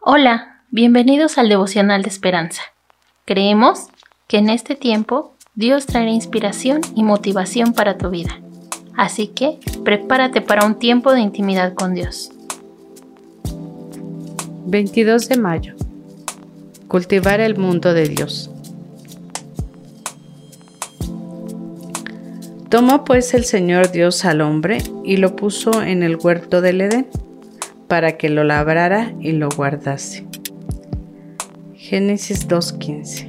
Hola, bienvenidos al Devocional de Esperanza. Creemos que en este tiempo Dios traerá inspiración y motivación para tu vida. Así que prepárate para un tiempo de intimidad con Dios. 22 de mayo. Cultivar el mundo de Dios. Tomó pues el Señor Dios al hombre y lo puso en el huerto del Edén, para que lo labrara y lo guardase. Génesis 2:15.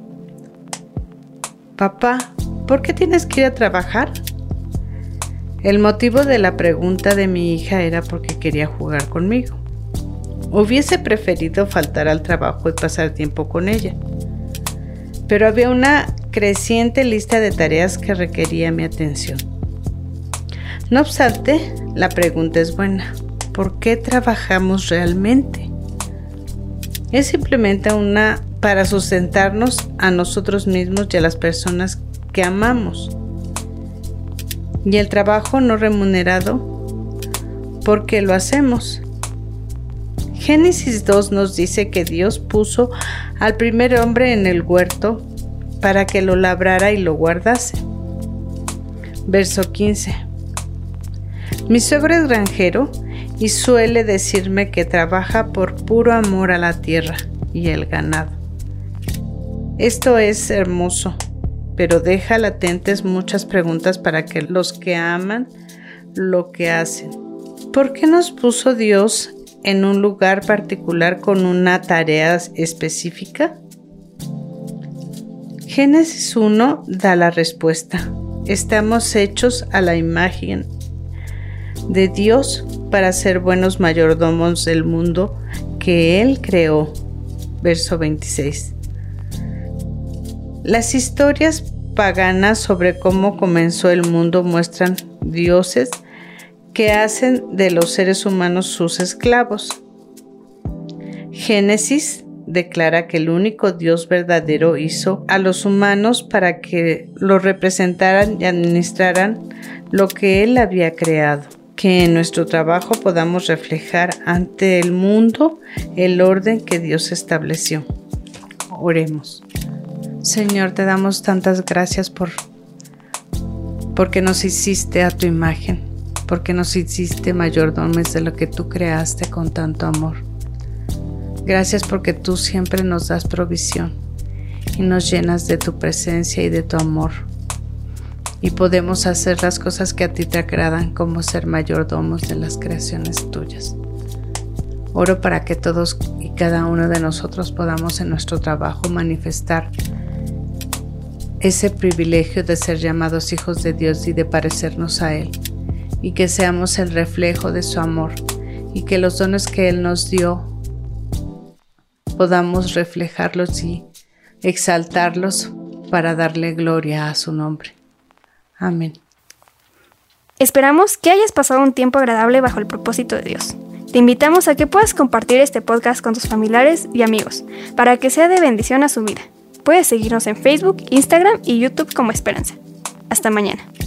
Papá, ¿por qué tienes que ir a trabajar? El motivo de la pregunta de mi hija era porque quería jugar conmigo. Hubiese preferido faltar al trabajo y pasar tiempo con ella, pero había una creciente lista de tareas que requería mi atención. No obstante, la pregunta es buena. ¿Por qué trabajamos realmente? Es simplemente para sustentarnos a nosotros mismos y a las personas que amamos. Y el trabajo no remunerado, ¿por qué lo hacemos? Génesis 2 nos dice que Dios puso al primer hombre en el huerto para que lo labrara y lo guardase. Verso 15. Mi suegro es granjero y suele decirme que trabaja por puro amor a la tierra y el ganado. Esto es hermoso, pero deja latentes muchas preguntas para que los que aman lo que hacen. ¿Por qué nos puso Dios en un lugar particular con una tarea específica? Génesis 1 da la respuesta. Estamos hechos a la imagen de Dios para ser buenos mayordomos del mundo que Él creó. Verso 26. Las historias paganas sobre cómo comenzó el mundo muestran dioses que hacen de los seres humanos sus esclavos. Génesis declara que el único Dios verdadero hizo a los humanos para que lo representaran y administraran lo que Él había creado. Que en nuestro trabajo podamos reflejar ante el mundo el orden que Dios estableció. Oremos. Señor, te damos tantas gracias porque nos hiciste a tu imagen, porque nos hiciste mayordomos de lo que tú creaste con tanto amor. Gracias porque tú siempre nos das provisión y nos llenas de tu presencia y de tu amor. Y podemos hacer las cosas que a ti te agradan, como ser mayordomos de las creaciones tuyas. Oro para que todos y cada uno de nosotros podamos en nuestro trabajo manifestar ese privilegio de ser llamados hijos de Dios y de parecernos a Él, y que seamos el reflejo de su amor, y que los dones que Él nos dio podamos reflejarlos y exaltarlos para darle gloria a su nombre. Amén. Esperamos que hayas pasado un tiempo agradable bajo el propósito de Dios. Te invitamos a que puedas compartir este podcast con tus familiares y amigos para que sea de bendición a su vida. Puedes seguirnos en Facebook, Instagram y YouTube como Esperanza. Hasta mañana.